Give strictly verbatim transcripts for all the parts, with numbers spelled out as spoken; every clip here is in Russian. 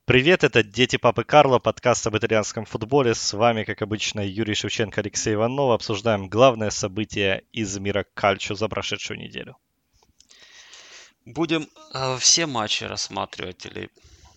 Привет, это «Дети папы Карло», подкаст об итальянском футболе. С вами, как обычно, Юрий Шевченко, Алексей Иванов. Обсуждаем главное событие из мира кальчо за прошедшую неделю. Будем э, все матчи рассматривать или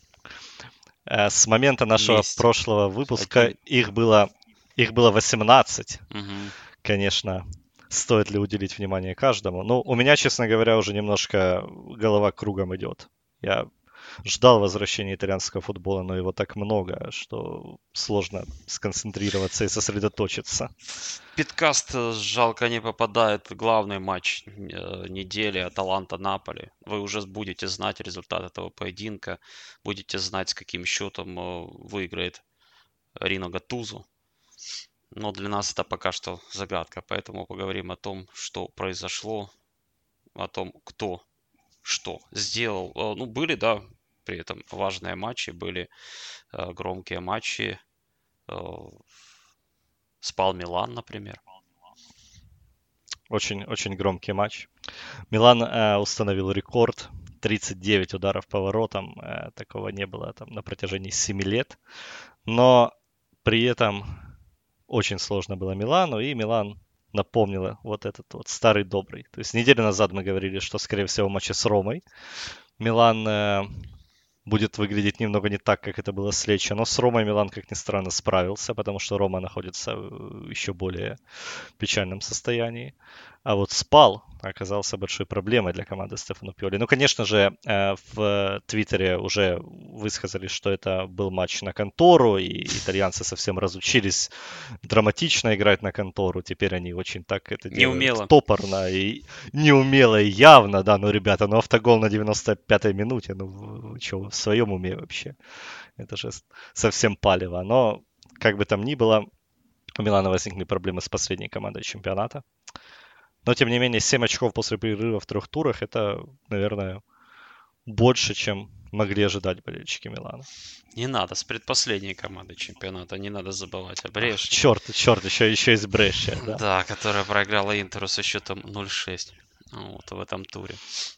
Э, С момента нашего есть прошлого выпуска один? их было, их было восемнадцать. Мгм. Конечно, стоит ли уделить внимание каждому? Ну, у меня, честно говоря, уже немножко голова кругом идет. Я ждал возвращения итальянского футбола, но его так много, что сложно сконцентрироваться и сосредоточиться. В Питкаст э, жалко не попадает главный матч э, недели Аталанта-Наполи. Вы уже будете знать результат этого поединка, будете знать, с каким счетом э, выиграет Рино Гаттузо. Но для нас это пока что загадка, поэтому поговорим о том, что произошло, о том, кто что сделал. Э, Ну, были, да, при этом важные матчи, были э, громкие матчи. Э, Спал Милан, например. Очень, очень громкий матч. Милан э, установил рекорд. тридцать девять ударов по воротам. Э, такого не было там на протяжении семи лет. Но при этом очень сложно было Милану. И Милан напомнила вот этот вот старый добрый. То есть неделю назад мы говорили, что, скорее всего, в матче с Ромой Милан э, будет выглядеть немного не так, как это было с Лечо. Но с Ромой Милан, как ни странно, справился, потому что Рома находится в еще более печальном состоянии. А вот Спал оказался большой проблемой для команды Стефано Пиоли. Ну, конечно же, э, в Твиттере уже высказались, что это был матч на контору, и итальянцы совсем разучились драматично играть на контору. Теперь они очень так это делают Неумело. топорно и неумело и явно, да, ну, ребята, ну, автогол на девяносто пятой минуте, ну, вы что, в своем уме вообще? Это же совсем палево. Но, как бы там ни было, у Милана возникли проблемы с последней командой чемпионата. Но, тем не менее, семь очков после перерыва в трех турах – это, наверное, больше, чем могли ожидать болельщики Милана. Не надо, с предпоследней командой чемпионата, не надо забывать о Брешке. Черт, черт, еще, еще из Брешча, да. Да, которая проиграла Интеру со счетом ноль шесть вот, в этом туре.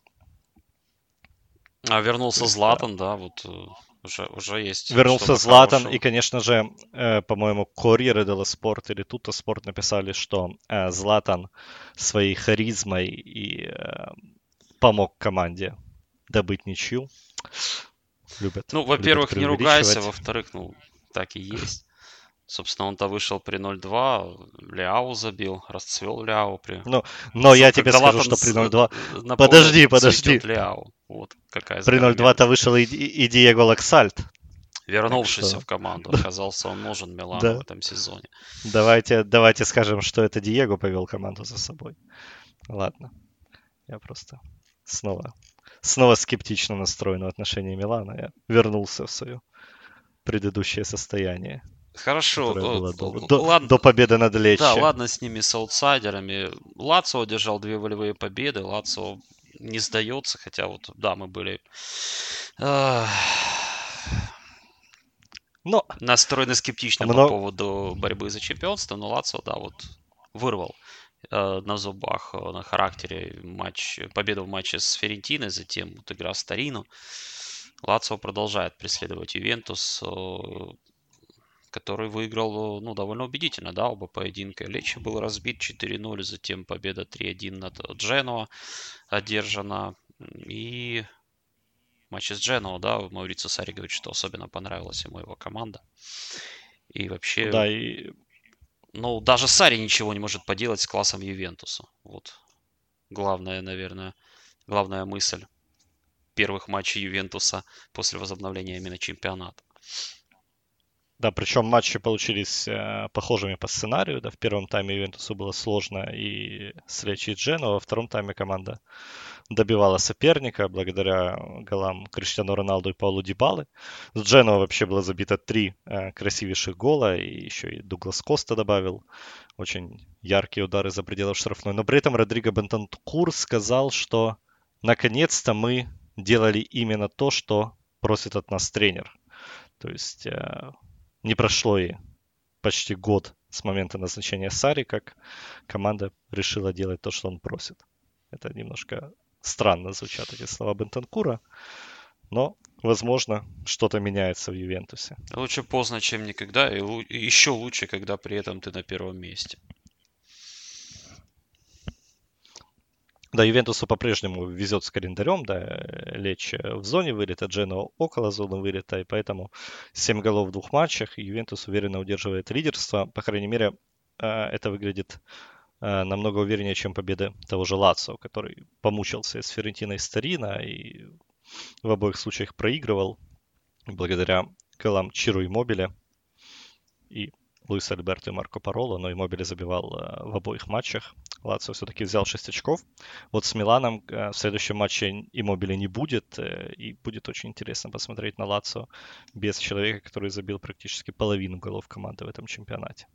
А вернулся есть, Златан, да, вот уже, уже есть. Вернулся что-то Златан, хорошего. и, конечно же, э, по-моему, Корьеры дело Спорт или Туто Спорт написали, что э, Златан своей харизмой и э, помог команде добыть ничью. Любят, Ну, любят во-первых, не ругайся, преувеличивать. во-вторых, ну, так и есть. Собственно, он-то вышел при ноль два, Ляо забил, расцвел Ляо. При... Ну, но я тебе Когда скажу, Латан что при ноль два... на Подожди, поле подожди. цветет Ляо. Вот какая При ноль два-то вышел и, и Диего Лаксальт. Вернувшийся что... в команду. Оказался он нужен Милану Да. в этом сезоне. Давайте, давайте скажем, что это Диего повел команду за собой. Ладно. Я просто снова, снова скептично настроен в отношении Милана. Я вернулся в свое предыдущее состояние. Хорошо. Которое было до, Л- до, ладно. до победы над Леччо. Да, ладно с ними, с аутсайдерами. Лацио одержал две волевые победы. Лацио не сдается, хотя вот, да, мы были э, но настроены скептично много... по поводу борьбы за чемпионство, но Лацио, да, вот вырвал э, на зубах, э, на характере матч, победу в матче с Ферентиной, затем вот игра с Торино. Лацио продолжает преследовать Ювентус, э, который выиграл, ну, довольно убедительно, да, оба поединка. Лечо был разбит четыре ноль, затем победа три один над Дженоа одержана. И в матче с Дженоа, да, Маурицио Сарри говорит, что особенно понравилась ему его команда. И вообще, Да, и... ну, даже Сарри ничего не может поделать с классом Ювентуса. Вот главная, наверное, главная мысль первых матчей Ювентуса после возобновления именно чемпионата. Да, причем матчи получились э, похожими по сценарию. Да, в первом тайме Ювентусу было сложно и с Лечи и Джену, а во втором тайме команда добивала соперника благодаря голам Криштиану Роналду и Паулу Дибалы. С Джену вообще было забито три э, красивейших гола, и еще и Дуглас Коста добавил очень яркие удары за пределы штрафной. Но при этом Родриго Бентанкур сказал, что наконец-то мы делали именно то, что просит от нас тренер. То есть э, не прошло и почти год с момента назначения Сарри, как команда решила делать то, что он просит. Это немножко странно звучат эти слова Бентанкура, но возможно, что-то меняется в Ювентусе. Лучше поздно, чем никогда, и, лу- и еще лучше, когда при этом ты на первом месте. Да, Ювентусу по-прежнему везет с календарем, да, Лечь в зоне вылета, Джено около зоны вылета, и поэтому семь голов в двух матчах, и Ювентус уверенно удерживает лидерство. По крайней мере, это выглядит намного увереннее, чем победы того же Лацио, который помучился с Фиорентиной Старина и в обоих случаях проигрывал благодаря голам Чиру Иммобиле и Луиса Альберто и Марко Пароло, но Иммобиле забивал в обоих матчах. Лацио все-таки взял шесть очков. Вот с Миланом в следующем матче Иммобиле не будет, и будет очень интересно посмотреть на Лацио без человека, который забил практически половину голов команды в этом чемпионате.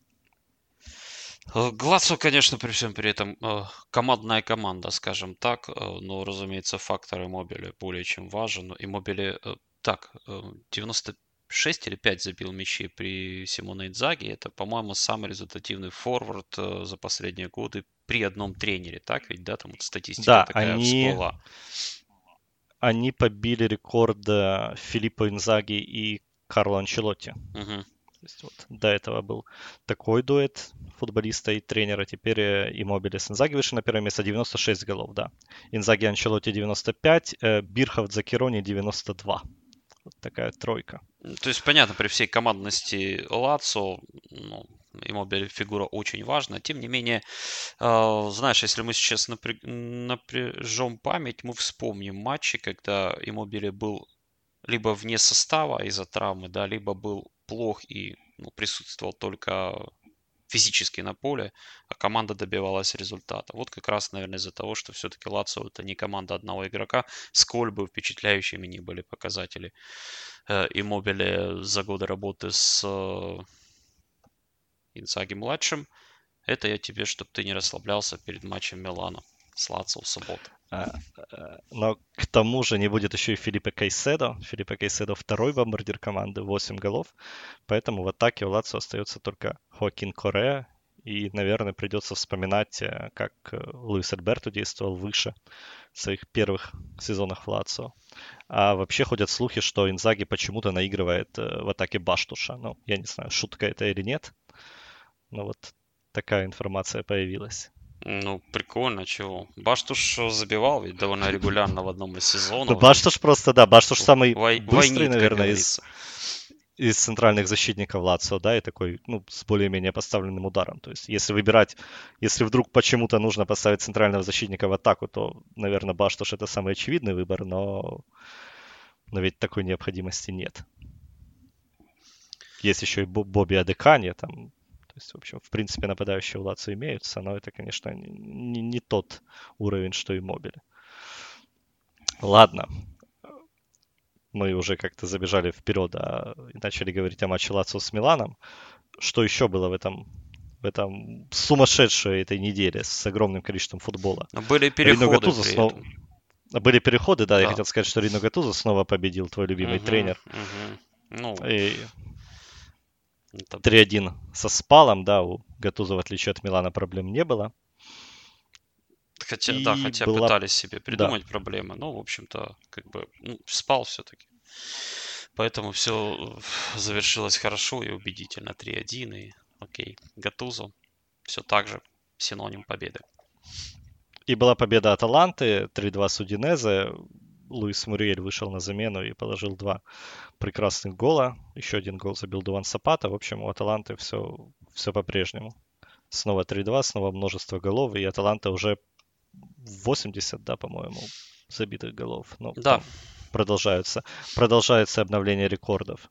Лацио, конечно, при всем при этом командная команда, скажем так, но, разумеется, фактор Иммобиле более чем важен. Иммобиле, так, девяносто шесть или пять забил мячей при Симоне Инзаги. Это, по-моему, самый результативный форвард за последние годы при одном тренере, так ведь, да? Там вот статистика да, такая они, всплыла. Они побили рекорд Филиппо Инзаги и Карло Анчелотти. Угу. То есть вот до этого был такой дуэт футболиста и тренера. Теперь Иммобиле с Инзаги вышли на первое место, девяносто шесть голов, да. Инзаги Анчелотти девяносто пять, Бирхов Закирони девяносто два. Вот такая тройка. То есть, понятно, при всей командности Лацио, ну, Иммобиле фигура очень важна. Тем не менее, э, знаешь, если мы сейчас напря... напряжем память, мы вспомним матчи, когда Иммобиле был либо вне состава из-за травмы, да, либо был плох и ну, присутствовал только физически на поле, а команда добивалась результата. Вот как раз, наверное, из-за того, что все-таки Лацио это не команда одного игрока, сколь бы впечатляющими ни были показатели э, Иммобиле за годы работы с э, Инзаги-младшим, это я тебе, чтобы ты не расслаблялся перед матчем Милана с Лацио в субботу. Но к тому же не будет еще и Филиппе Кайседо. Филиппе Кайседо второй бомбардир команды, восемь голов. Поэтому в атаке у Лацио остается только Хоакин Корреа. И, наверное, придется вспоминать, как Луис Альберто действовал выше в своих первых сезонах в Лацио. А вообще ходят слухи, что Инзаги почему-то наигрывает в атаке Баштуша. Ну, я не знаю, шутка это или нет. Но вот такая информация появилась. Ну, прикольно, чего. Баштуш забивал ведь довольно регулярно в одном из сезонов. Ну, Баштуш просто, да, Баштуш самый Вой... быстрый, войнит, наверное, из, из центральных защитников Лацио, да, и такой, ну, с более-менее поставленным ударом. То есть, если выбирать, если вдруг почему-то нужно поставить центрального защитника в атаку, то, наверное, Баштуш это самый очевидный выбор, но, но ведь такой необходимости нет. Есть еще и Бобби Адеканье, там. То есть, в общем, в принципе, нападающие у Лацио имеются, но это, конечно, не, не тот уровень, что и Иммобиле. Ладно. Мы уже как-то забежали вперед а, и начали говорить о матче Лацио с Миланом. Что еще было в этом, в этом сумасшедшей этой неделе с огромным количеством футбола? Были переходы при снова... Были переходы, да, да. Я хотел сказать, что Рино Гаттузо снова победил, твой любимый угу, тренер. Угу. Ну... И... три один со Спалом, да, у Гаттузо, в отличие от Милана, проблем не было. Хотя, да, хотя была... пытались себе придумать да. проблемы, но, в общем-то, как бы, ну, Спал все-таки. Поэтому все завершилось хорошо и убедительно. три один, и окей, Гаттузо все так же синоним победы. И была победа Аталанты, три два с Удинезе. Луис Муриэль вышел на замену и положил два прекрасных гола. Еще один гол забил Дуван Сапата. В общем, у Аталанты все, все по-прежнему. Снова три два, снова множество голов. И Аталанта уже восемьдесят, да, по-моему, забитых голов. Ну, да. Продолжаются, продолжается обновление рекордов.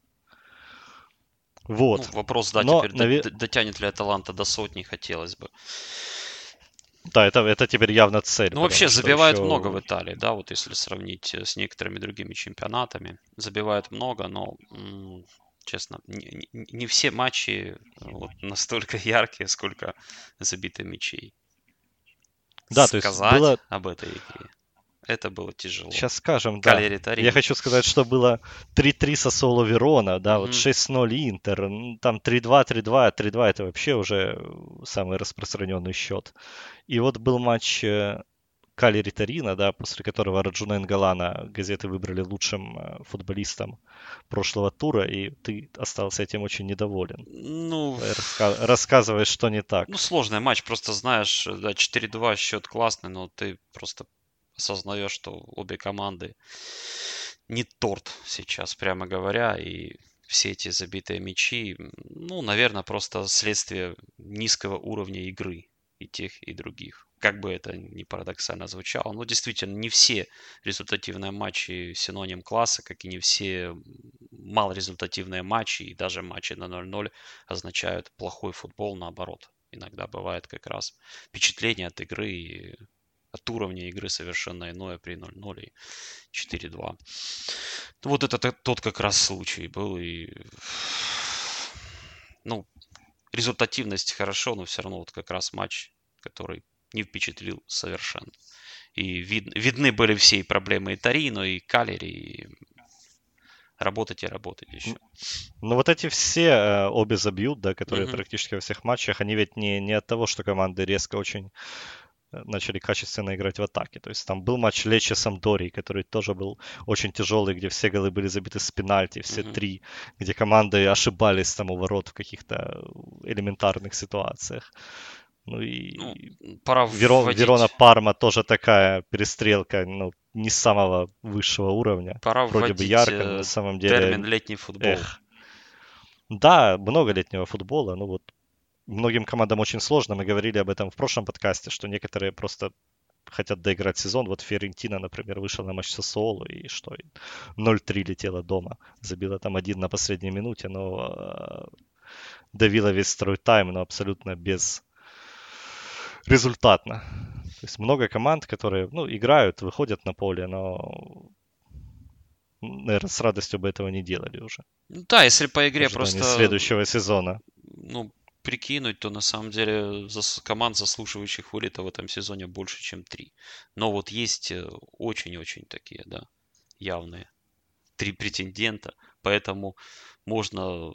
Вот. Ну, вопрос, да, Но, теперь навер... дотянет ли Аталанта до сотни, хотелось бы. Да, это, это теперь явно цель. Ну, вообще забивают еще... много в Италии, да, вот если сравнить с некоторыми другими чемпионатами. Забивают много, но, м- честно, не, не все матчи вот настолько яркие, сколько забиты мячей. Да, Сказать то есть было... об этой игре, это было тяжело. Сейчас скажем, да. Я хочу сказать, что было три три Сассуоло Верона, да, mm-hmm. вот шесть ноль Интер, там три два, три два, три два это вообще уже самый распространенный счет. И вот был матч Калери Торино, да, после которого Раджуна Энгалана газеты выбрали лучшим э, футболистом прошлого тура, и ты остался этим очень недоволен. Ну, Давай раска- рассказывай, что не так. ну, сложный матч, просто знаешь, да, четыре-два счет классный, но ты просто осознаешь, что обе команды не торт сейчас, прямо говоря, и все эти забитые мячи, ну, наверное, просто следствие низкого уровня игры и тех, и других. Как бы это ни парадоксально звучало, но действительно не все результативные матчи синоним класса, как и не все малорезультативные матчи и даже матчи на ноль-ноль означают плохой футбол, наоборот. Иногда бывает как раз впечатление от игры и от уровня игры совершенно иное при ноль-ноль и четыре-два. Вот это тот как раз случай был. И, ну, результативность хорошо, но все равно вот как раз матч, который не впечатлил совершенно. И вид, видны были все и проблемы и Торино, и Калери, и работать и работать еще. Ну вот эти все э, обе забьют, да, которые Мгм. практически во всех матчах, они ведь не, не от того, что команды резко очень э, начали качественно играть в атаке. То есть там был матч Лечи Самдории, который тоже был очень тяжелый, где все голы были забиты с пенальти, все Мгм. три, где команды ошибались там у ворот в каких-то элементарных ситуациях. Ну и Ну, пора Веро- вводить, Верона-Парма тоже такая перестрелка, ну, не самого высшего уровня. пора Вроде бы вводить ярко, но на э, самом термин деле, летний футбол. эх. Да, много летнего футбола, ну вот многим командам очень сложно. Мы говорили об этом в прошлом подкасте, что некоторые просто хотят доиграть сезон. Вот Фиорентина, например, вышел на матч Сассуоло и что? и ноль-три летела дома. Забила там один на последней минуте, но э, давила весь второй тайм, но абсолютно безрезультатно. То есть много команд, которые, ну, играют, выходят на поле, но, наверное, с радостью бы этого не делали уже. Ну да, если по В игре ожидании просто, следующего сезона. ну, прикинуть, то на самом деле зас- команд, заслуживающих вылета в этом сезоне больше, чем три. Но вот есть э, очень-очень такие, да, явные три претендента, поэтому можно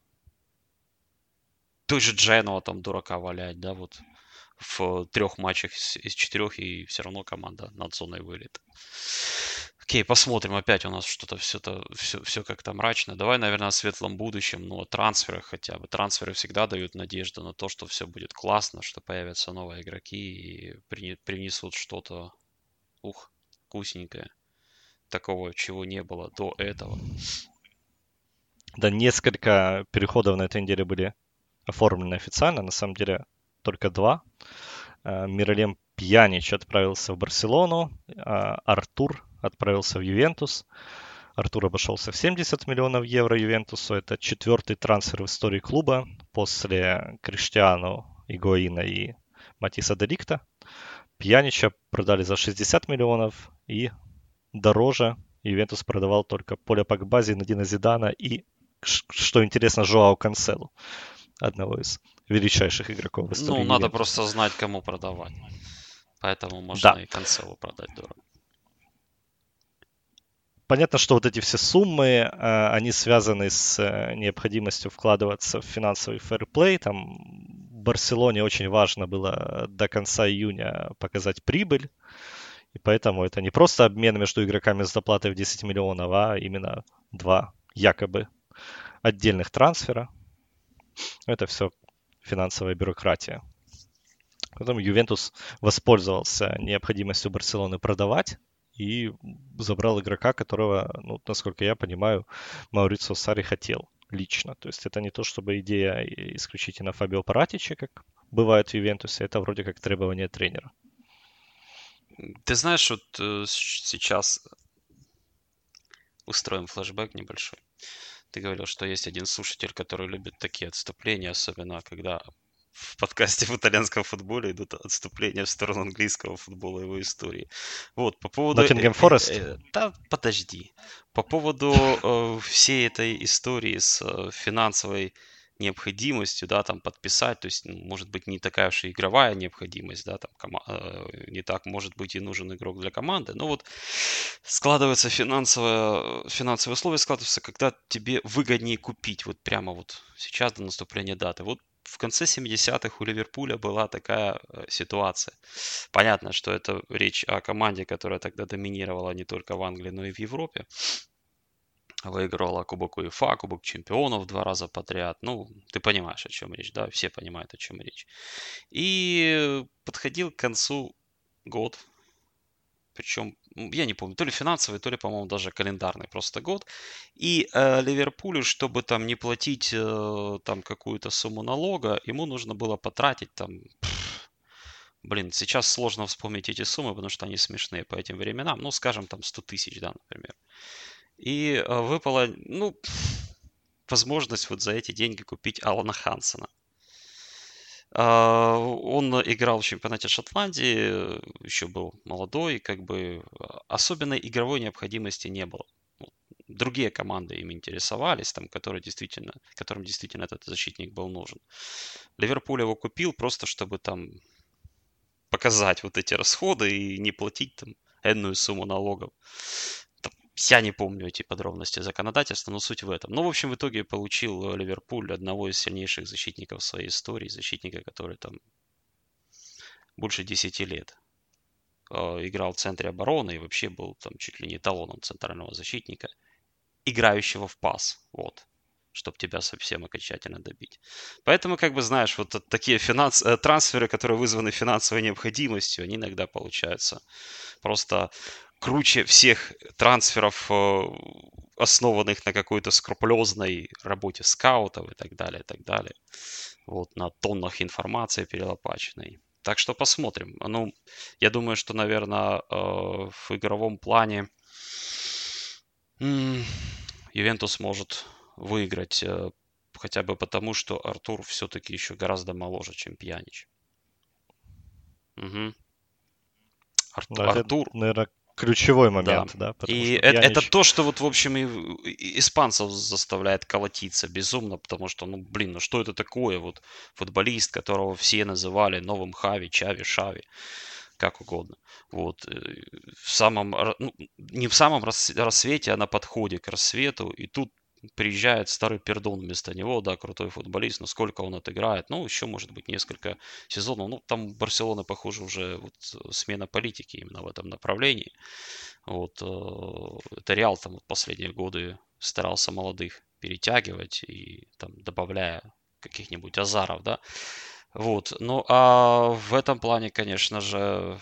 той же Дженуа там дурака валять, да, вот в трех матчах из, из четырех, и все равно команда над зоной вылета. Окей, посмотрим. Опять у нас что-то все, -то, все, все как-то мрачно. Давай, наверное, о светлом будущем, ну, о трансферах хотя бы. Трансферы всегда дают надежду на то, что все будет классно, что появятся новые игроки и при- принесут что-то, ух, вкусненькое. Такого, чего не было до этого. Да, несколько переходов на этой неделе были оформлены официально, на самом деле только два. Э, Миралем Пьянич отправился в Барселону, а Артур отправился в Ювентус. Артур обошелся в семьдесят миллионов евро Ювентусу. Это четвертый трансфер в истории клуба после Криштиану, Игуаина и Матиса де Ликта. Пьянича продали за шестьдесят миллионов, и дороже Ювентус продавал только Поля Погба, Зинедина Зидана и, что интересно, Жоау Канселу, одного из величайших игроков в истории Ну, надо Ювентуса. просто знать, кому продавать. Поэтому можно Да. и Канцелу продать дорого. Понятно, что вот эти все суммы, они связаны с необходимостью вкладываться в финансовый фэрплей. Там Барселоне очень важно было до конца июня показать прибыль. И поэтому это не просто обмен между игроками с доплатой в десять миллионов, а именно два якобы отдельных трансфера. Это все финансовая бюрократия. Потом Ювентус воспользовался необходимостью Барселоны продавать и забрал игрока, которого, ну, насколько я понимаю, Маурицио Сарри хотел лично. То есть это не то, чтобы идея исключительно Фабио Паратича, как бывает в Ювентусе, это вроде как требование тренера. Ты знаешь, вот э, сейчас устроим флешбэк небольшой. Ты говорил, что есть один слушатель, который любит такие отступления, особенно когда в подкасте в итальянском футболе идут отступления в сторону английского футбола и его истории. Вот, по поводу... Ноттингем Форест? Э, э, да, подожди. По поводу э, всей этой истории с э, финансовой необходимостью, да, там подписать, то есть, может быть, не такая уж и игровая необходимость, да, там, кома- э, не так, может быть, и нужен игрок для команды, но вот складывается финансовое, финансовые условия складываются, когда тебе выгоднее купить вот прямо вот сейчас до наступления даты. Вот в конце семидесятых у Ливерпуля была такая э, ситуация. Понятно, что это речь о команде, которая тогда доминировала не только в Англии, но и в Европе. Выиграла Кубок УЕФА, Кубок Чемпионов два раза подряд. Ну, ты понимаешь, о чем речь, да? Все понимают, о чем речь. И подходил к концу год, причем, я не помню, то ли финансовый, то ли, по-моему, даже календарный просто год. И э, Ливерпулю, чтобы там не платить э, там какую-то сумму налога, ему нужно было потратить там, пф, блин, сейчас сложно вспомнить эти суммы, потому что они смешные по этим временам. Ну, скажем, там сто тысяч, да, например. И э, выпала, ну, возможность вот за эти деньги купить Алана Хансена. А, Он играл в чемпионате Шотландии, еще был молодой, как бы особенной игровой необходимости не было. Ну, другие команды им интересовались, там, которые действительно, которым действительно этот защитник был нужен. Ливерпуль его купил просто, чтобы там показать вот эти расходы и не платить там энную сумму налогов. Я не помню эти подробности законодательства, но суть в этом. Ну, в общем, в итоге получил Ливерпуль одного из сильнейших защитников в своей истории. Защитника, который там больше десяти лет э, играл в центре обороны и вообще был там чуть ли не эталоном центрального защитника, играющего в пас. Вот. Чтобы тебя совсем окончательно добить. Поэтому, как бы, знаешь, вот такие финанс... трансферы, которые вызваны финансовой необходимостью, они иногда получаются просто круче всех трансферов, основанных на какой-то скрупулезной работе скаутов и так далее, и так далее. Вот, на тоннах информации перелопаченной. Так что посмотрим. Ну, я думаю, что, наверное, в игровом плане Ювентус может выиграть, хотя бы потому, что Артур все-таки еще гораздо моложе, чем Пьянич. Угу. Арту, Да, это, Артур, наверное, ключевой момент, да. да, потому И что это, это Пьянич... то, что вот, в общем, и, и испанцев заставляет колотиться безумно, потому что, ну, блин, ну что это такое? Вот футболист, которого все называли новым Хави, Чави, Шави, как угодно. Вот. В самом, ну, не в самом рассвете, а на подходе к рассвету. И тут приезжает старый пердун вместо него, да, крутой футболист, но сколько он отыграет, ну, еще, может быть, несколько сезонов. Ну, там Барселона, похоже, уже вот смена политики именно в этом направлении. Вот, это Реал там вот последние годы старался молодых перетягивать и там добавляя каких-нибудь азаров, да. Вот, ну, а в этом плане, конечно же,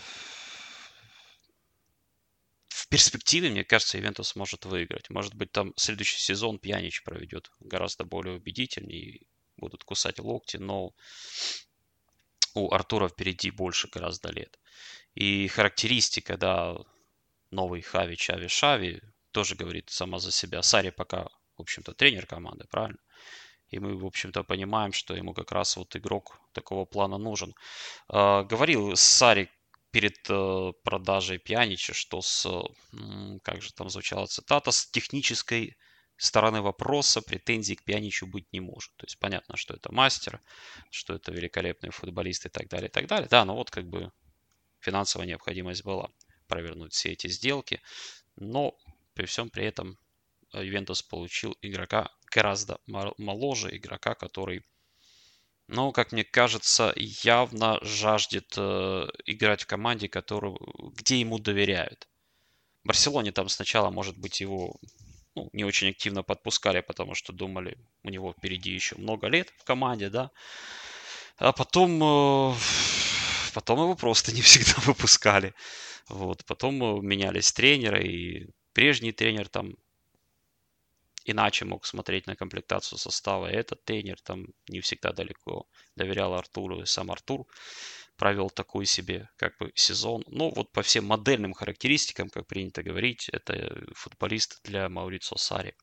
в перспективе, мне кажется, Ювентус может выиграть. Может быть, там следующий сезон Пьянич проведет гораздо более убедительнее и будут кусать локти, но у Артура впереди больше гораздо лет. И характеристика, да, новый Хави, Чави, Шави тоже говорит сама за себя. Сарри пока, в общем-то, тренер команды, правильно? И мы, в общем-то, понимаем, что ему как раз вот игрок такого плана нужен. Э, говорил Сарри перед э, продажей Пьянича, что с, м, как же там звучала цитата, с технической стороны вопроса претензий к Пьяничу быть не может. То есть понятно, что это мастер, что это великолепный футболист и так далее, и так далее. Да, но вот как бы финансовая необходимость была провернуть все эти сделки. Но при всем при этом Ювентус получил игрока гораздо моложе, игрока, который, ну, как мне кажется, явно жаждет э, играть в команде, которую, где ему доверяют. В Барселоне там сначала, может быть, его ну, не очень активно подпускали, потому что думали, у него впереди еще много лет в команде, да. А потом, э, потом его просто не всегда выпускали. Вот. Потом менялись тренеры, и прежний тренер там иначе мог смотреть на комплектацию состава. И этот тренер там не всегда далеко доверял Артуру. И сам Артур провел такой себе как бы сезон. Но вот по всем модельным характеристикам, как принято говорить, это футболист для Маурицо Сарри.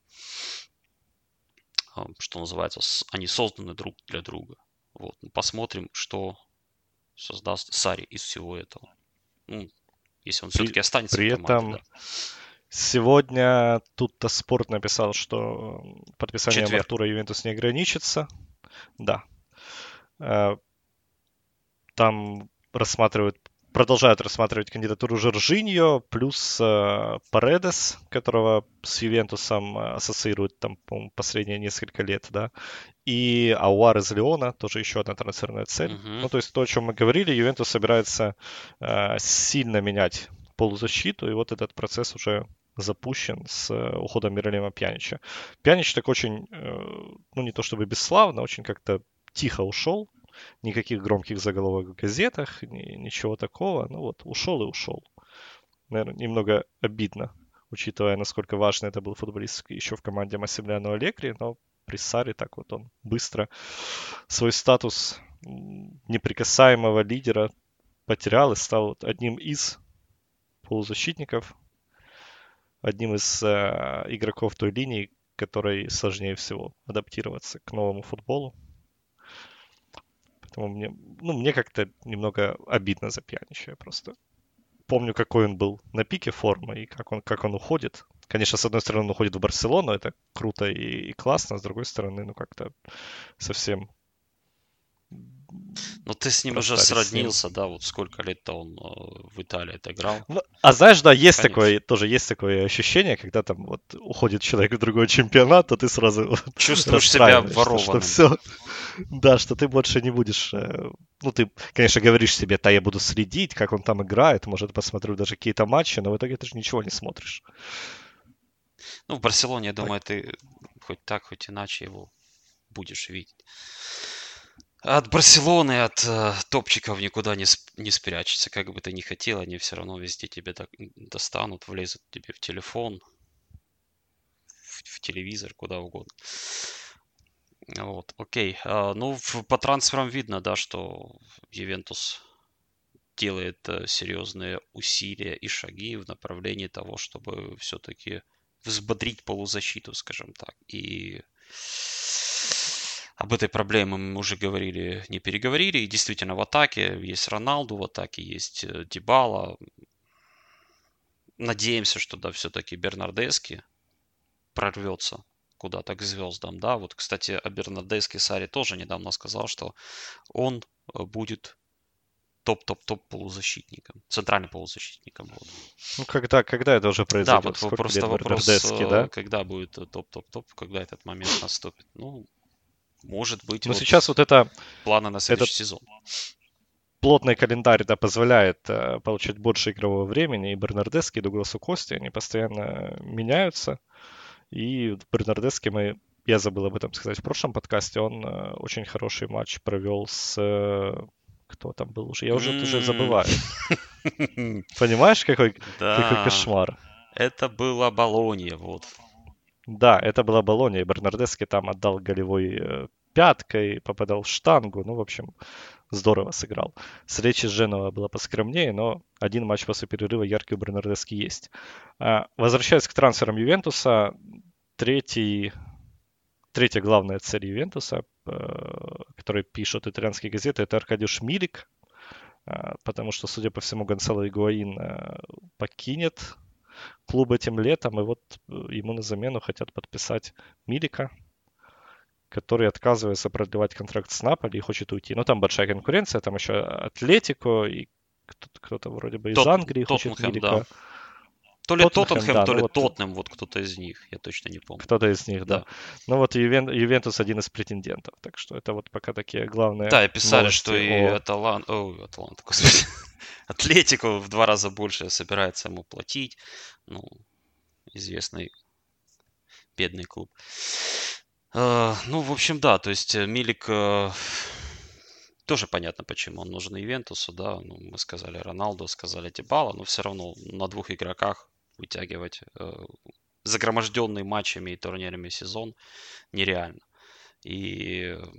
Что называется, они созданы друг для друга. Вот. Посмотрим, что создаст Сарри из всего этого. Ну, если он При, все-таки останется при в команде, этом... да. Сегодня тут-то Спорт написал, что подписанием Четверг. Артура Ювентус не ограничится. Да. Там рассматривают продолжают рассматривать кандидатуру Жоржиньо, плюс э, Паредес, которого с Ювентусом ассоциируют там, по-моему, последние несколько лет, да, и Ауар из Лиона, тоже еще одна трансферная цель. Мгм. Ну, то есть то, о чем мы говорили, Ювентус собирается э, сильно менять полузащиту, и вот этот процесс уже запущен с э, уходом Миралема Пьянича. Пьянич так очень, э, ну, не то чтобы бесславно, очень как-то тихо ушел, никаких громких заголовок в газетах, ни- ничего такого. Ну вот, ушел и ушел. Наверное, немного обидно, учитывая, насколько важный это был футболист еще в команде Массимилиано Аллегри, но при Саре так вот он быстро свой статус м, неприкасаемого лидера потерял и стал вот одним из полузащитников, одним из э, игроков той линии, которой сложнее всего адаптироваться к новому футболу. Поэтому мне, ну, мне как-то немного обидно за Пьянича. Я просто помню, какой он был на пике формы и как он, как он уходит. Конечно, с одной стороны, он уходит в Барселону, это круто и, и классно, с другой стороны, ну как-то совсем Ну, ты с ним уже расстались с ним. сроднился, да, вот сколько лет-то он э, в Италии отыграл. Ну, а знаешь, да, есть Конечно. такое, тоже есть такое ощущение, когда там вот уходит человек в другой чемпионат, то ты сразу Чувствуешь себя расстраиваешься, что обворованным. все, да, что ты больше не будешь, э, ну ты, конечно, говоришь себе, да, я буду следить, как он там играет, может, посмотрю даже какие-то матчи, но в итоге ты же ничего не смотришь. Ну, в Барселоне, я Так. думаю, ты хоть так, хоть иначе его будешь видеть. От Барселоны, от э, топчиков никуда не, сп- не спрячется. Как бы ты ни хотел, они все равно везде тебя так достанут, влезут тебе в телефон, в, в телевизор, куда угодно. Вот, окей. А, ну, в- по трансферам видно, да, что Ювентус делает э, серьезные усилия и шаги в направлении того, чтобы все-таки взбодрить полузащиту, скажем так. И об этой проблеме мы уже говорили, не переговорили. И действительно, в атаке есть Роналду, в атаке есть э, Дибала. Надеемся, что да, все-таки Бернардески прорвется куда-то к звездам. Да, вот, кстати, о Бернардеске Сари тоже недавно сказал, что он э, будет топ-топ-топ полузащитником, центральным полузащитником. Вот. Ну, когда, когда это уже Да, произойдет? вот Сколько просто лет вопрос, Бернардески, э, да? когда будет э, топ-топ-топ, когда этот момент наступит. Ну, может быть, Но вот сейчас вот это, планы на следующий этот сезон. плотный календарь, да, позволяет э, получать больше игрового времени, и Бернардески, и Дугласу Кости, они постоянно меняются. И Бернардески мы, я забыл об этом сказать в прошлом подкасте, он э, очень хороший матч провел с... э, кто там был уже? Я уже, уже М. забываю. Понимаешь, какой, какой Да, кошмар? это была Болонья, вот. Да, это была Болонья, и Бернардески там отдал голевой э, пяткой, попадал в штангу. Ну, в общем, здорово сыграл. Встреча с Женова была поскромнее, но один матч после перерыва яркий у Бернардески есть. А, возвращаясь к трансферам Ювентуса, третий, третья главная цель Ювентуса, э, которую пишут итальянские газеты, это Аркадиуш Милик, э, потому что, судя по всему, Гонсало Игуаин э, покинет клуб этим летом, и вот э, ему на замену хотят подписать Милика, который отказывается продлевать контракт с Наполи и хочет уйти. Ну, там большая конкуренция, там еще Атлетико и кто-то, кто-то вроде бы из Тот, Англии хочет Тоттенхэм, Милика. да. То ли Тоттенхэм, Тоттенхэм, да, то ну ли вот Тоттенхэм, вот кто-то из них, я точно не помню. кто-то из них, да. Да. Ну вот Ювен, Ювентус один из претендентов, так что это вот пока такие главные Да, и писали, новости что и о... Аталант, о, Аталант, господи, Атлетико в два раза больше собирается ему платить. Ну, известный бедный клуб. Э, ну, в общем, да, то есть э, Милик э, тоже понятно, почему он нужен Ювентусу, да. Ну, мы сказали Роналду, сказали Дибала, но все равно на двух игроках вытягивать э, загроможденный матчами и турнирами сезон нереально. И э,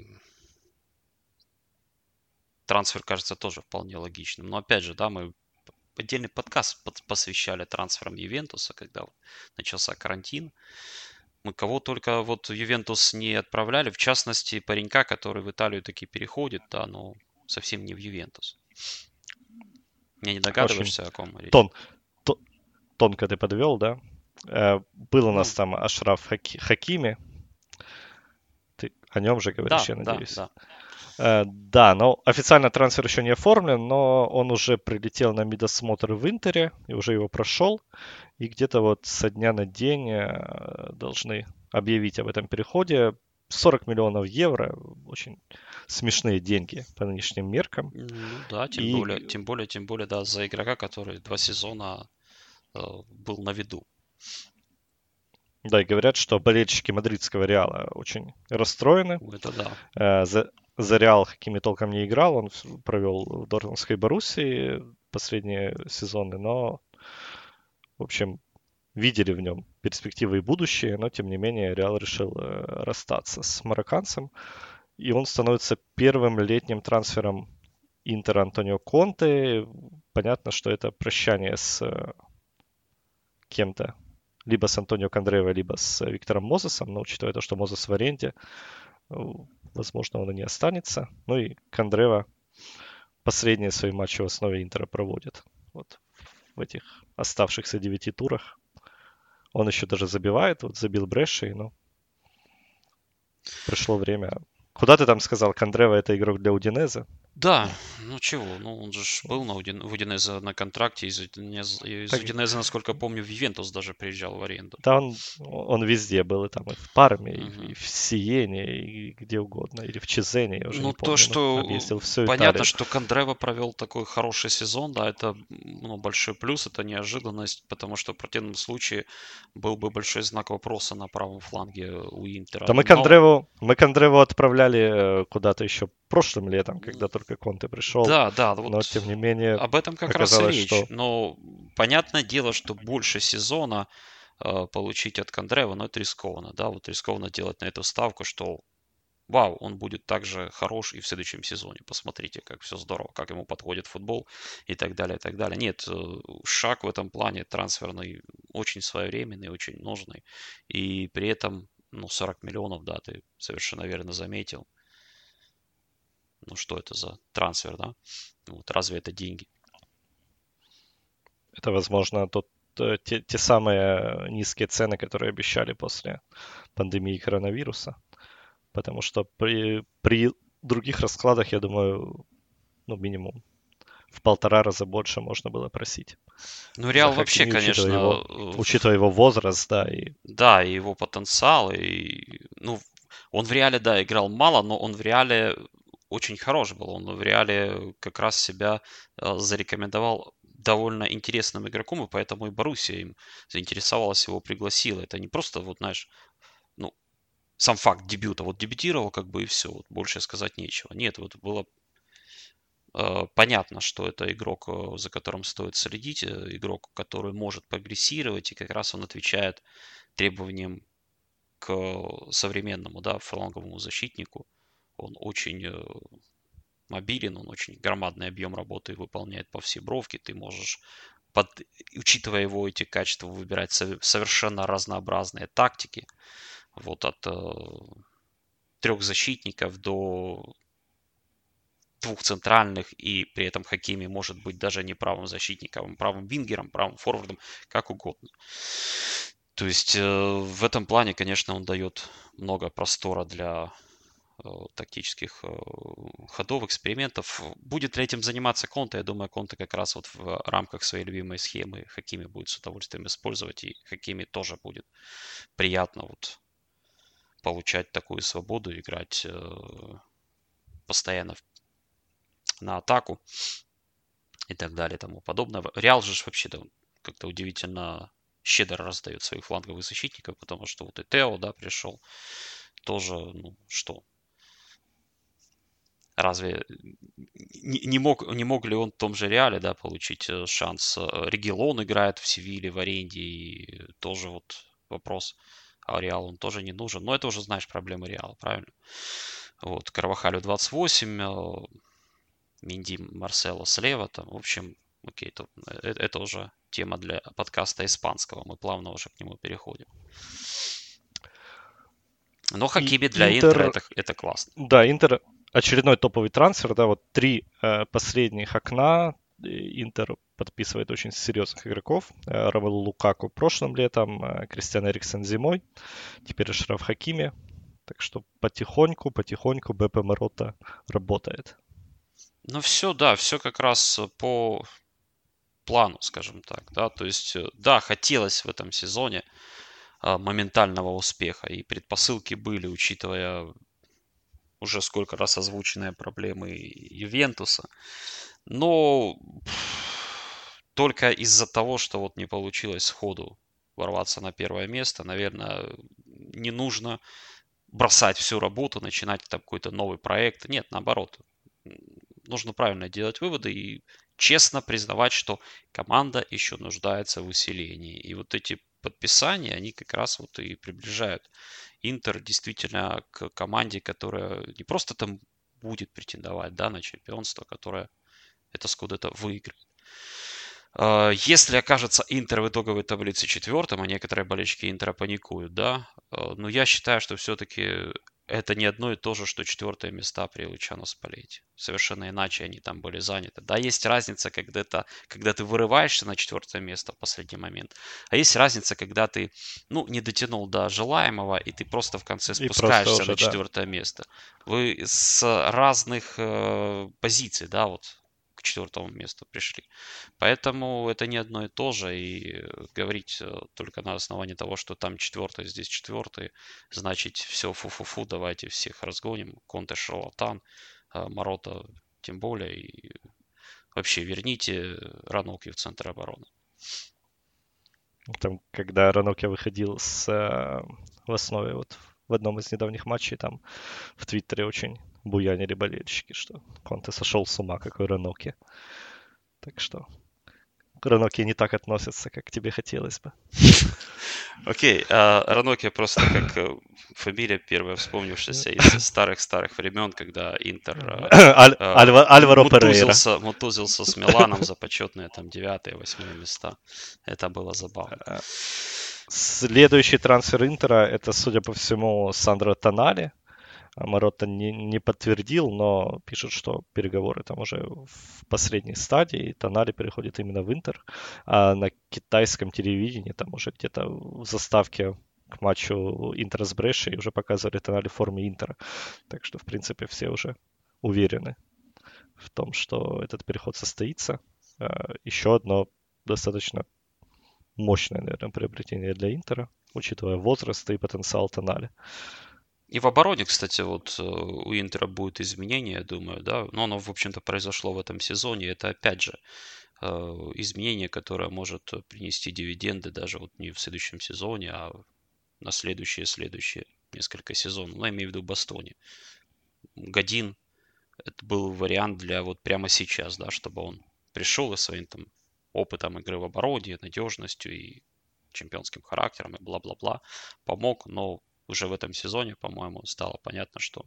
трансфер кажется тоже вполне логичным. Но опять же, да, мы отдельный подкаст под- посвящали трансферам Ювентуса, когда вот начался карантин. Мы кого только вот в Ювентус не отправляли, в частности, паренька, который в Италию таки переходит, да, но совсем не в Ювентус. Не, не догадываешься, Очень о ком речь? тон, то- тонко ты подвел, да? Э, был у Ну, нас там Ашраф Хаки- Хакими. Ты о нем же говоришь, да, я да, надеюсь. да. Э, да, но официально трансфер еще не оформлен, но он уже прилетел на медосмотр в Интере и уже его прошел. И где-то вот со дня на день э, должны объявить об этом переходе. сорок миллионов евро, очень смешные деньги по нынешним меркам. Ну да, тем более, И тем более, тем более, да, за игрока, который два сезона э, был на виду. да, и говорят, что болельщики мадридского Реала очень расстроены. Это да. Э, За, за Реал Хакими толком не играл, он в- провел в Дортмундской Боруссии последние сезоны, но, в общем, видели в нем перспективы и будущее, но, тем не менее, Реал решил э, расстаться с марокканцем, и он становится первым летним трансфером Интера Антонио Конте. Понятно, что это прощание с э, кем-то, либо с Антонио Кондрево, либо с Виктором Мозесом, но учитывая то, что Мозес в аренде, э, возможно, он и не останется. Ну и Кондрево последние свои матчи в основе Интера проводит. Вот в этих оставшихся девяти турах. Он еще даже забивает, вот забил Бреши, но пришло время. Куда ты там сказал, Кондрево это игрок для Удинеза? Да, ну чего, ну он же ж был на Удин... в Удинезе на контракте, из Удинеза, из Так, Удинеза, насколько помню, в Ювентус даже приезжал в аренду. да он, он везде был, и там и в Парме, и, в- и Мгм. в Сиене, и где угодно, или в Чезене, я уже Ну, не то, помню, но что объездил всю понятно, Италию. что Кондрево провел такой хороший сезон, да, это ну, большой плюс, это неожиданность, потому что в противном случае был бы большой знак вопроса на правом фланге у Интера. Да мы Но Кондреву, мы Кондреву отправляли э, куда-то еще прошлым летом, когда только Конте пришел, да, да, но вот тем не менее об этом как раз и оказалось, речь. что Но понятное дело, что больше сезона э, получить от Кондрева, но это рискованно, да, вот рискованно делать на эту ставку, что вау, он будет также хорош и в следующем сезоне. Посмотрите, как все здорово, как ему подходит футбол и так далее, и так далее. Нет, э, шаг в этом плане трансферный очень своевременный, очень нужный. И при этом, ну, сорок миллионов, да, ты совершенно верно заметил. Ну, что это за трансфер, да? Вот разве это деньги? это, возможно, тот, э, те, те самые низкие цены, которые обещали после пандемии коронавируса. Потому что при, при других раскладах, я думаю, ну, минимум в полтора раза больше можно было просить Ну, за Реал вообще, Хакими, учитывая его, конечно, э, учитывая его возраст, да, и да, и его потенциал, и, ну, он в Реале, да, играл мало, но он в Реале очень хорош был. Он в Реале как раз себя э, зарекомендовал довольно интересным игроком, и поэтому и Боруссия им заинтересовалась, его пригласила. Это не просто, вот, знаешь, ну, сам факт дебюта. Вот дебютировал, как бы, и все. Вот больше сказать нечего. Нет, вот было э, понятно, что это игрок, э, за которым стоит следить, э, игрок, который может прогрессировать, и как раз он отвечает требованиям к современному, да, фланговому защитнику. Он очень э, мобилен, он очень громадный объем работы выполняет по всей бровке. Ты можешь, под, учитывая его эти качества, выбирать совершенно разнообразные тактики. Вот от э, трех защитников до двух центральных, и при этом Хакими может быть даже не правым защитником, а правым вингером, правым форвардом, как угодно. То есть э, в этом плане, конечно, он дает много простора для э, тактических э, ходов, экспериментов. Будет ли этим заниматься Конте? Я думаю, Конте как раз вот в рамках своей любимой схемы Хакими будет с удовольствием использовать, и Хакими тоже будет приятно вот получать такую свободу, играть э, постоянно в- на атаку и так далее и тому подобное. Реал же ж вообще да, как-то удивительно щедро раздает своих фланговых защитников, потому что вот и Тео, да, пришел, тоже, ну, что, разве не, не мог, не мог ли он в том же Реале, да, получить э, шанс? Э, Регилон играет в Севиле, в аренде, и тоже вот вопрос, а Реал он тоже не нужен. Но это уже, знаешь, проблемы Реала, правильно? Вот, Карвахалю двадцать восемь, э, Минди Марсело слева, там, в общем, окей, то, э, это уже тема для подкаста испанского, мы плавно уже к нему переходим. Но И Хакиби для Интера Интер, это, это классно. да, Интер очередной топовый трансфер, да, вот три э, последних окна э, Интер подписывает очень серьезных игроков. Э, Ромелу Лукаку прошлым летом, э, Кристиан Эриксен зимой, теперь Шраф Хакими. Так что потихоньку, потихоньку БП Марота работает. Ну все, да, все как раз по плану, скажем так, да, то есть, да, хотелось в этом сезоне а, моментального успеха, и предпосылки были, учитывая уже сколько раз озвученные проблемы Ювентуса, но только из-за того, что вот не получилось сходу ворваться на первое место, наверное, не нужно бросать всю работу, начинать там какой-то новый проект. Нет, наоборот. Нужно правильно делать выводы и честно признавать, что команда еще нуждается в усилении. И вот эти подписания, они как раз вот и приближают Интер действительно к команде, которая не просто там будет претендовать, да, на чемпионство, которая это Скудетто выиграет. Если окажется Интер в итоговой таблице четвертым, а некоторые болельщики Интера паникуют, да, но я считаю, что все-таки это не одно и то же, что четвертые места при Лучано Спалетти. Совершенно иначе они там были заняты. Да, есть разница, когда, это, когда ты вырываешься на четвертое место в последний момент, а есть разница, когда ты, ну, не дотянул до желаемого, и ты просто в конце спускаешься уже, на четвертое да. место. Вы с разных э, позиций, да, вот, к четвертому месту пришли. Поэтому это не одно и то же. И говорить только на основании того, что там четвертый, здесь четвертый, значит все фу-фу-фу, давайте всех разгоним. Конте шарлатан, Марота тем более. И вообще верните Раноки в центр обороны. Там, когда Раноки выходил с, в основе вот в одном из недавних матчей, там в Твиттере очень буянили болельщики, что Конте сошел с ума, какой Раноки. Так что к Раноки не так относятся, как тебе хотелось бы. Окей, okay, Раноки просто как фамилия первая вспомнившаяся из старых-старых времен, когда Интер Альваро Перейра мутузился с Миланом за почетные там девятые, восьмые места. Это было забавно. Следующий трансфер Интера — это, судя по всему, Сандро Тонали. Марота не, не подтвердил, но пишет, что переговоры там уже в последней стадии, и Тонали переходит именно в Интер. А на китайском телевидении там уже где-то в заставке к матчу Интера с Брешей уже показывали Тонали в форме Интера. Так что, в принципе, все уже уверены в том, что этот переход состоится. Еще одно достаточно мощное, наверное, приобретение для Интера, учитывая возраст и потенциал Тонали. И в обороне, кстати, вот у Интера будет изменение, я думаю, да. Но оно, в общем-то, произошло в этом сезоне. Это, опять же, изменение, которое может принести дивиденды даже вот не в следующем сезоне, а на следующие-следующие несколько сезонов. Ну, я имею в виду Бастони. Годин – это был вариант для вот прямо сейчас, да, чтобы он пришел и своим там опытом игры в обороне, надежностью и чемпионским характером и бла-бла-бла помог, но уже в этом сезоне, по-моему, стало понятно, что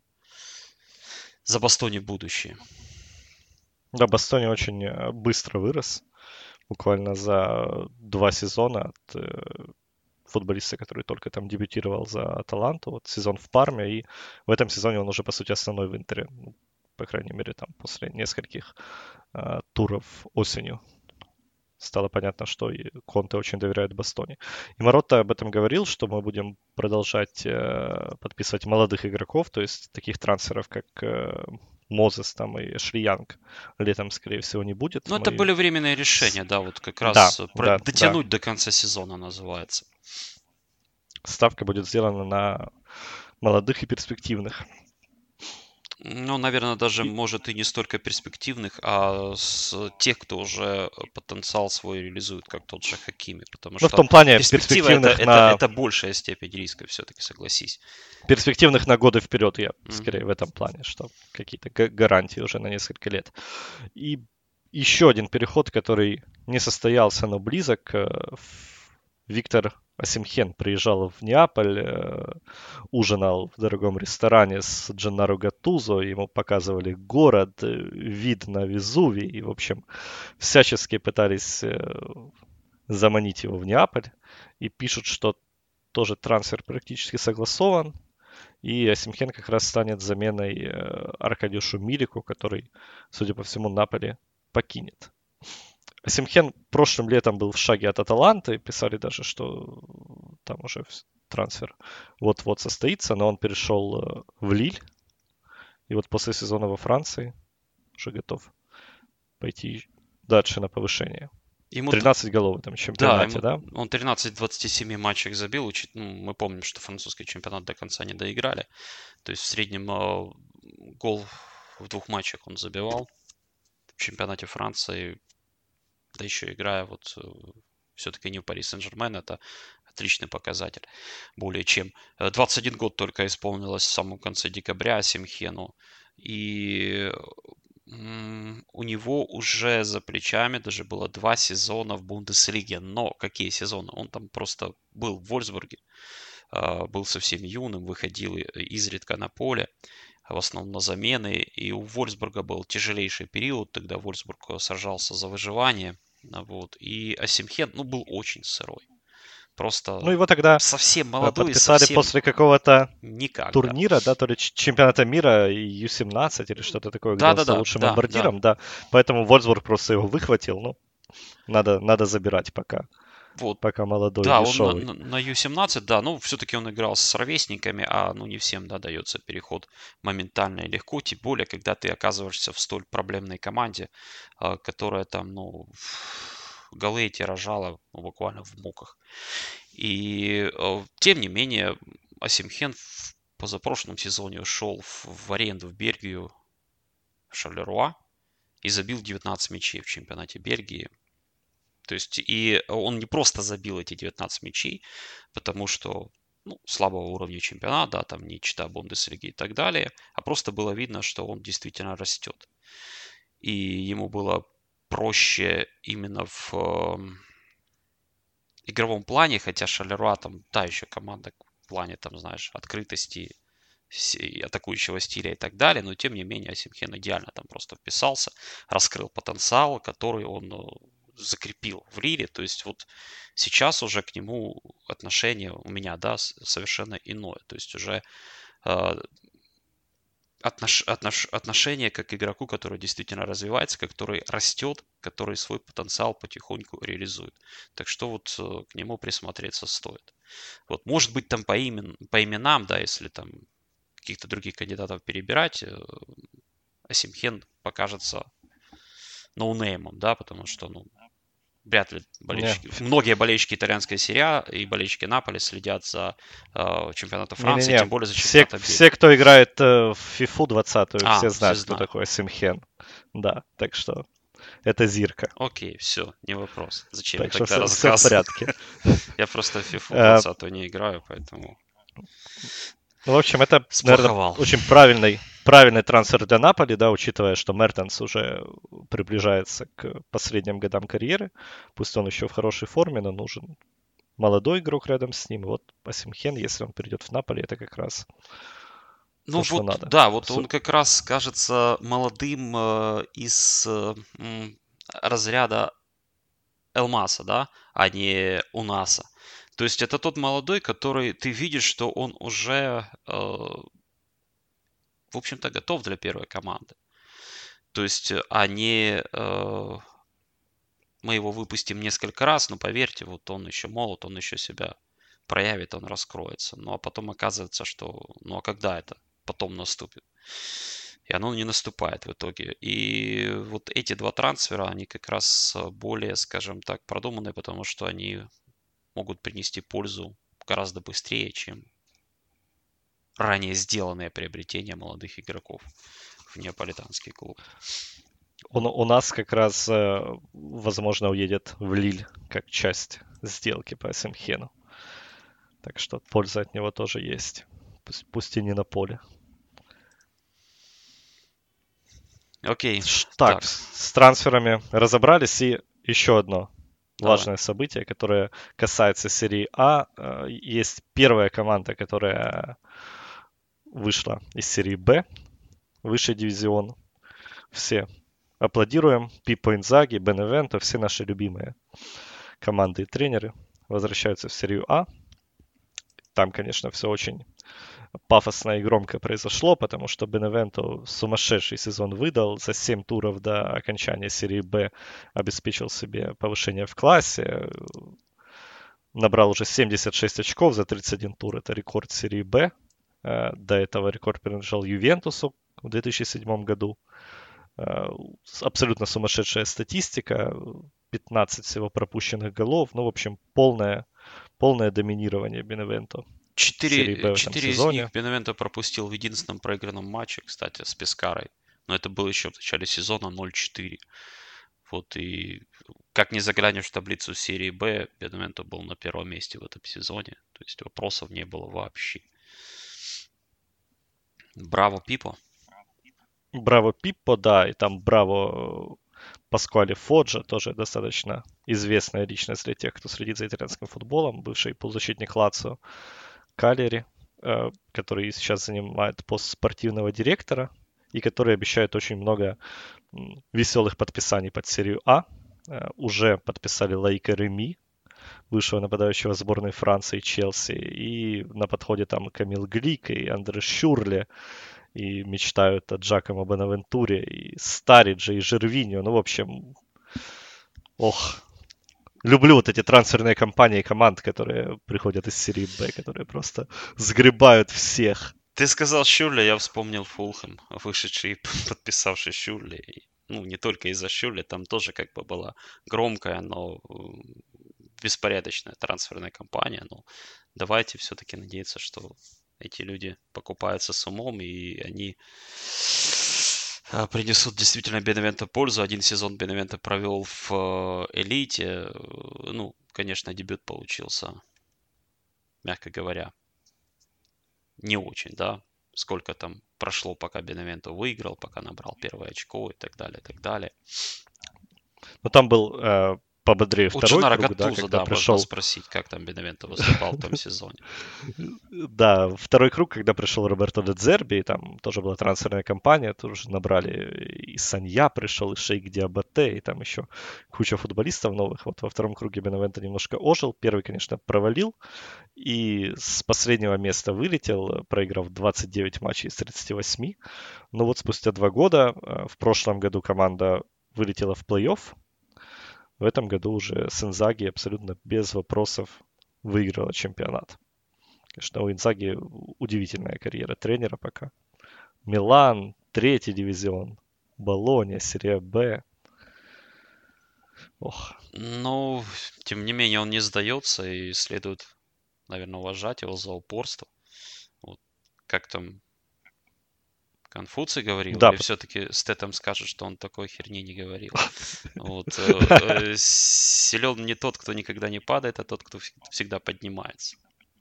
за Бастони будущее. Да, Бастони очень быстро вырос. Буквально за два сезона от футболиста, который только там дебютировал за Аталанту. Вот сезон в Парме, и в этом сезоне он уже, по сути, основной в Интере. По крайней мере, там после нескольких а, туров осенью стало понятно, что и Конте очень доверяет Бастони. И Марота об этом говорил, что мы будем продолжать э, подписывать молодых игроков, то есть таких трансферов, как э, Мозес там и Эшли Янг летом, скорее всего, не будет. Ну, мы... это были временные решения, да, вот как раз да, про... да, дотянуть да. до конца сезона называется. Ставка будет сделана на молодых и перспективных. Ну, наверное, даже, и... может, и не столько перспективных, а с тех, кто уже потенциал свой реализует, как тот же Хакими. Потому ну, что в том плане перспектива перспективных это, на... это, это большая степень риска, все-таки, согласись. Перспективных на годы вперед, я mm-hmm. скорее в этом плане, что какие-то гарантии уже на несколько лет. И еще один переход, который не состоялся, но близок. Виктор Осимхен приезжал в Неаполь, э, ужинал в дорогом ресторане с Дженнаро Гаттузо, ему показывали город, вид на Везувий, и, в общем, всячески пытались э, заманить его в Неаполь, и пишут, что тоже трансфер практически согласован, и Осимхен как раз станет заменой э, Аркадиушу Милику, который, судя по всему, Наполи покинет. Осимхен прошлым летом был в шаге от Аталанты, писали даже, что там уже трансфер вот-вот состоится, но он перешел в Лиль. И вот после сезона во Франции уже готов пойти дальше на повышение. Ему, тринадцать голов в этом чемпионате, да, ему, да? он тринадцать из двадцати семи матчей забил. Учит, ну, мы помним, что французский чемпионат до конца не доиграли. То есть в среднем э, гол в двух матчах он забивал в чемпионате Франции. Да еще играя вот э, все-таки не в Пари Сен-Жермен, это отличный показатель. Более чем. двадцать один год только исполнилось в самом конце декабря Асимхену. И у него уже за плечами даже было два сезона в Бундеслиге. Но какие сезоны? Он там просто был в Вольфсбурге, был совсем юным, выходил изредка на поле, в основном на замены. И у Вольфсбурга был тяжелейший период, тогда Вольфсбург сражался за выживание. Вот. И Асимхен, ну, был очень сырой. Просто ну, его тогда совсем молодой, подписали совсем после какого-то никак, турнира, да. да, то ли чемпионата мира ю семнадцать или что-то такое, да, где да, он стал да, лучшим да, бомбардиром, да. да. Поэтому Вольфсбург просто его выхватил, ну, надо, надо забирать пока. Вот. Пока молодой, да, дешевый. он на, на ю семнадцать, да, ну, все-таки он играл с ровесниками, а, ну, не всем, да, дается переход моментально и легко, тем более, когда ты оказываешься в столь проблемной команде, которая там, ну, голы эти рожала, ну, буквально в муках. И, тем не менее, Асимхен в позапрошлом сезоне ушел в, в аренду в Бельгию, в Шарлеруа, и забил девятнадцать мячей в чемпионате Бельгии. То есть, и он не просто забил эти девятнадцать мячей, потому что, ну, слабого уровня чемпионата, да, там не чита Бундеслиги и так далее, а просто было видно, что он действительно растет. И ему было проще именно в э, игровом плане, хотя Шарлеруа там та еще команда в плане, там, знаешь, открытости, атакующего стиля и так далее, но тем не менее Асимхен идеально там просто вписался, раскрыл потенциал, который он закрепил в Лиле. То есть вот сейчас уже к нему отношение у меня, да, совершенно иное. То есть уже э, отнош, отнош, отношение как к игроку, который действительно развивается, который растет, который свой потенциал потихоньку реализует. Так что вот э, к нему присмотреться стоит. Вот, может быть, там по, имен, по именам, да, если там каких-то других кандидатов перебирать, э, Асимхен покажется ноунеймом, да, потому что, ну, вряд ли болельщики, yeah. многие болельщики итальянской серии А и болельщики Наполи следят за э, чемпионатом Франции, Не-не-не. тем более за чемпионатом Все, все, кто играет э, в фифу двадцатую, а, все знают, все кто знают. такой Асимхен. Да, так что это зирка. Окей, все, не вопрос. Зачем так я тогда рассказываю? Все в порядке. Я просто в фифу двадцатую не играю, поэтому... Ну, в общем, это, наверное, очень правильный, правильный трансфер для Наполи, да, учитывая, что Мертенс уже приближается к последним годам карьеры. Пусть он еще в хорошей форме, но нужен молодой игрок рядом с ним. И вот Асимхен, если он перейдет в Наполи, это как раз ну, то, вот, что надо. Да, вот он как раз кажется молодым э, из э, разряда Элмаса, да, а не Унаса. То есть это тот молодой, который ты видишь, что он уже, э, в общем-то, готов для первой команды. То есть, а не э, мы его выпустим несколько раз, но поверьте, вот он еще молод, он еще себя проявит, он раскроется. Ну а потом оказывается, что, ну а когда это потом наступит? И оно не наступает в итоге. И вот эти два трансфера, они как раз более, скажем так, продуманные, потому что они могут принести пользу гораздо быстрее, чем ранее сделанные приобретения молодых игроков в неаполитанский клуб. Он у нас как раз, возможно, уедет в Лиль как часть сделки по Асимхену. Так что польза от него тоже есть. Пусть, пусть и не на поле. Окей. Так, так, с трансферами разобрались. И еще одно Давай. важное событие, которое касается серии А. Есть первая команда, которая вышла из серии Б, высший дивизион. Все аплодируем. Пиппо Инзаги, Беневенто, все наши любимые команды и тренеры возвращаются в серию А. Там, конечно, все очень пафосно и громко произошло, потому что Беневенто сумасшедший сезон выдал. За семь туров до окончания серии Б обеспечил себе повышение в классе. набрал уже семьдесят шесть очков за тридцать один тур. Это рекорд серии Б. До этого рекорд принадлежал Ювентусу в две тысячи седьмом году. Абсолютно сумасшедшая статистика. пятнадцать всего пропущенных голов. Ну, в общем, полное, полное доминирование Беневенто. Четыре, четыре из них Беневенто пропустил в единственном проигранном матче, кстати, с Пескарой. Но это было еще в начале сезона ноль четыре. Вот и как не заглянешь в таблицу серии Б, Беневенто был на первом месте в этом сезоне. То есть вопросов не было вообще. Браво Пипо. Браво Пиппо, да, и там браво Паскуале Фоджа, тоже достаточно известная личность для тех, кто следит за итальянским футболом, бывший полузащитник Лацио Калери, который сейчас занимает пост спортивного директора и который обещает очень много веселых подписаний под серию А. Уже подписали Лаика Реми, бывшего нападающего сборной Франции Челси, и на подходе там Камил Глик и Андре Шюрле, и мечтают о Джакомо Бонавентуре, и Старидже, и Жервиньо. Ну, в общем, ох, люблю вот эти трансферные кампании команд, которые приходят из серии Б, которые просто сгребают всех. Ты сказал Шюрле, я вспомнил Фулхэм, вышедший и подписавший Шюрле. Ну, не только из-за Шюрле, там тоже как бы была громкая, но беспорядочная трансферная кампания. Но давайте все-таки надеяться, что эти люди покупаются с умом, и они принесут действительно Беневенто пользу. Один сезон Беневенто провел в элите. Ну, конечно, дебют получился, мягко говоря, не очень, да. Сколько там прошло, пока Беневенто выиграл, пока набрал первое очко и так далее, и так далее. Ну, там был э, пободрее второй Дженнаро круг, Гаттузо, да, когда да, пришел... можно спросить, как там Беневенто выступал в том сезоне. Да, второй круг, когда пришел Роберто де Дзерби, там тоже была трансферная кампания, тоже набрали и Санья пришел, и Шейк Диабате, и там еще куча футболистов новых. Вот во втором круге Беневенто немножко ожил, первый, конечно, провалил, и с последнего места вылетел, проиграв двадцать девять матчей из тридцати восьми. Но вот спустя два года, в прошлом году команда вылетела в плей-офф, в этом году уже с Инзаги абсолютно без вопросов выиграла чемпионат. Конечно, у Инзаги удивительная карьера тренера пока. Милан, третий дивизион, Болонья, серия Б. Ох. Ну, тем не менее, он не сдается, и следует, наверное, уважать его за упорство. Вот, как там Конфуций говорил, да. Или все-таки Стэтэм скажет, что он такой херни не говорил. Вот, силен не тот, кто никогда не падает, а тот, кто всегда поднимается.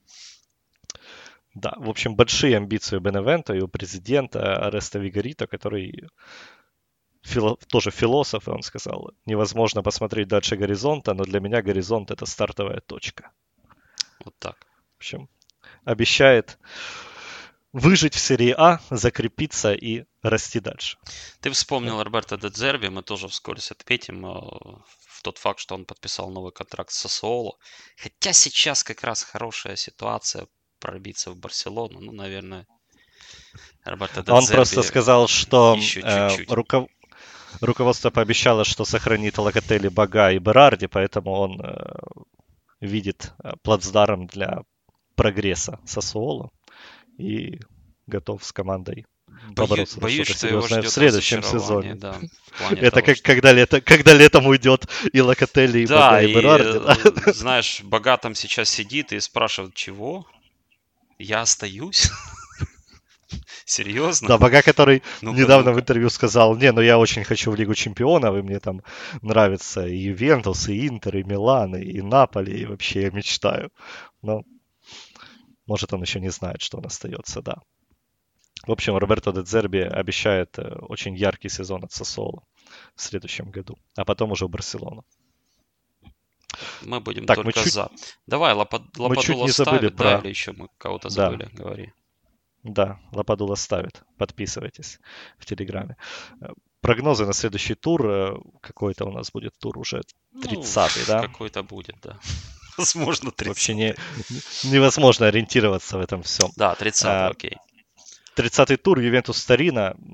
Да, в общем, большие амбиции у Беневенто и у президента Ореста Вигарита, который фило... тоже философ, и он сказал, невозможно посмотреть дальше горизонта, но для меня горизонт — это стартовая точка. Вот так. В общем, обещает выжить в серии А, закрепиться и расти дальше. Ты вспомнил Роберто де Дзерби, мы тоже вскользь отметим в тот факт, что он подписал новый контракт с Сассуоло. Хотя сейчас как раз хорошая ситуация пробиться в Барселону. Ну, наверное, Роберто де Дзерби Он просто сказал, что э, руков... руководство пообещало, что сохранит Локотелли, Бага и Берарди, поэтому он э, видит плацдарм для прогресса Сассуоло и готов с командой побороться. Боюсь, что его ждет в следующем сезоне. Да, это того, как что... когда, лето, когда летом уйдет и Локотелли, и да, Бага, и, и Берарди. Да, знаешь, Бага там сейчас сидит и спрашивает, чего? Я остаюсь? Серьезно? Да, Бага, который ну-ка, недавно ну-ка. в интервью сказал, не, ну я очень хочу в Лигу Чемпионов, и мне там нравится и Ювентус, и Интер, и Милан, и Наполи, и вообще я мечтаю. Но может он еще не знает, что он остается, да. В общем, Роберто де Дзерби обещает очень яркий сезон от Сассуоло в следующем году, а потом уже в Барселону. Мы будем так, только мы чуть... за. Давай, Лапад... Лападула ставит, да, про... или еще мы кого-то забыли, да. Говори. Да, Лападула ставит. Подписывайтесь в Телеграме. Прогнозы на следующий тур. Какой-то у нас будет тур уже тридцатый, ну, да? Какой-то будет, да. Возможно, тридцатый. Вообще не, невозможно ориентироваться в этом всем. Да, тридцатый, а, окей. тридцатый тур, Ювентус Торина.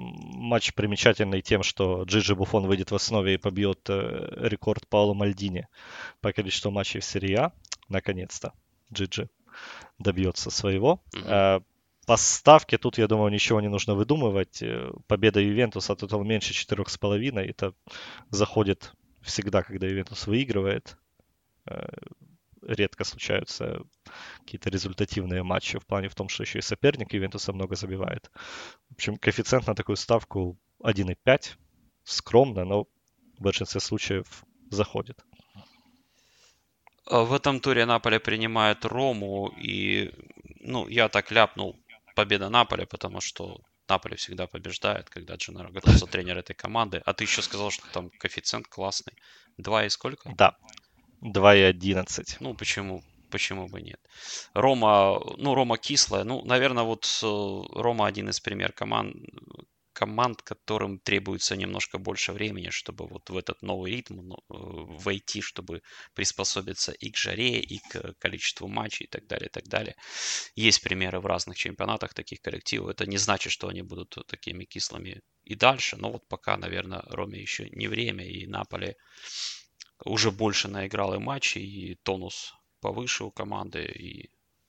матч примечательный тем, что Джиджи Буффон выйдет в основе и побьет э, рекорд Паоло Мальдини по количеству матчей в серии А. Наконец-то Джиджи добьется своего. Мгм. Э, по ставке тут, я думаю, ничего не нужно выдумывать. Э, Победа Ювентуса тотал меньше четырех с половиной. Это заходит всегда, когда Ювентус выигрывает. Э, Редко случаются какие-то результативные матчи в плане в том, что еще и соперник Ювентуса много забивает. В общем, коэффициент на такую ставку один и пять. Скромно, но в большинстве случаев заходит. А В этом туре Наполе принимает Рому, и, ну, я так ляпнул победа Наполе, потому что Наполе всегда побеждает, когда Дженнаро Гатузо тренер этой команды. А ты еще сказал, что там коэффициент классный. Два и сколько? Да, два и одиннадцать. Ну, почему, почему бы нет? Рома, ну, Рома кислая. Ну, наверное, вот э, Рома один из пример команд, команд, которым требуется немножко больше времени, чтобы вот в этот новый ритм ну, э, войти, чтобы приспособиться и к жаре, и к количеству матчей, и так далее, и так далее. Есть примеры в разных чемпионатах таких коллективов. Это не значит, что они будут такими кислыми и дальше, но вот пока, наверное, Роме еще не время, и Наполе уже больше наиграл и матчей, и тонус повыше у команды. И...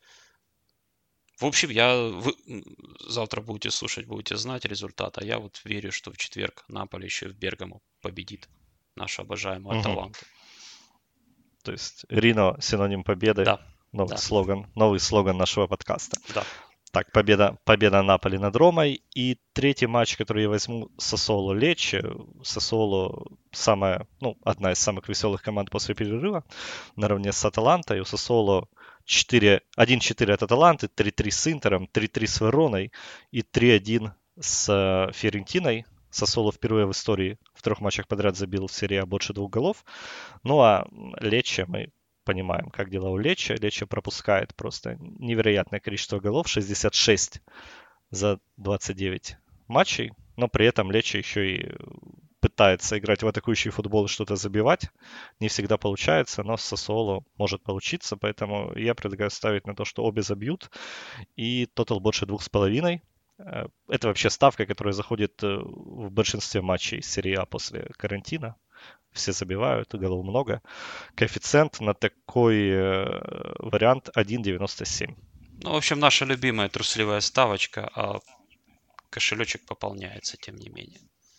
В общем, я... Вы завтра будете слушать, будете знать результат, а я вот верю, что в четверг Наполе еще и в Бергамо победит нашу обожаемую Мгм. Аталанту. То есть Рино синоним победы. Да, Новый да, слоган, новый слоган нашего подкаста. да. Так, победа, победа Наполи над Ромой. И третий матч, который я возьму, Сассуоло Лечче. Сассуоло самая, ну, одна из самых веселых команд после перерыва, наравне с Аталантой. У Сассуоло четыре один четыре от Аталанты, три три с Интером, три три с Вероной и три один с э, Фиорентиной. Сассуоло впервые в истории в трех матчах подряд забил в серии А больше двух голов. Ну а Лечче мы понимаем, как дела у Лечче. Лечче пропускает просто невероятное количество голов, шестьдесят шесть за двадцать девять матчей, но при этом Лечче еще и пытается играть в атакующий футбол и что-то забивать. Не всегда получается, но с Сассуоло может получиться, поэтому я предлагаю ставить на то, что обе забьют, и тотал больше двух с половиной. Это вообще ставка, которая заходит в большинстве матчей серии А после карантина. Все забивают, голов много. Коэффициент на такой э, вариант один девяносто семь. Ну, в общем, наша любимая трусливая ставочка, а кошелечек пополняется, тем не менее.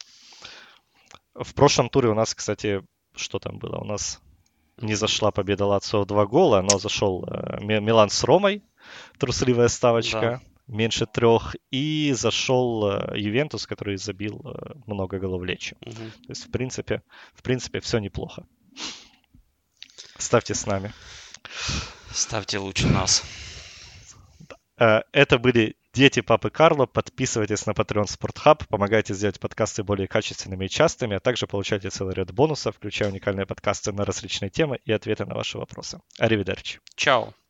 В прошлом туре у нас, кстати, что там было? У нас не зашла победа Лацио в два гола, но зашел э, Милан с Ромой, трусливая ставочка, Да. меньше трех, и зашел э, Ювентус, который забил э, много голов Лечче. Угу. То есть, в принципе, в принципе, все неплохо. Ставьте с нами. Ставьте лучше нас. Это были Дети Папы Карло. Подписывайтесь на Patreon Sport Hub, помогайте сделать подкасты более качественными и частыми, а также получайте целый ряд бонусов, включая уникальные подкасты на различные темы и ответы на ваши вопросы. Аривидерчи. Чао.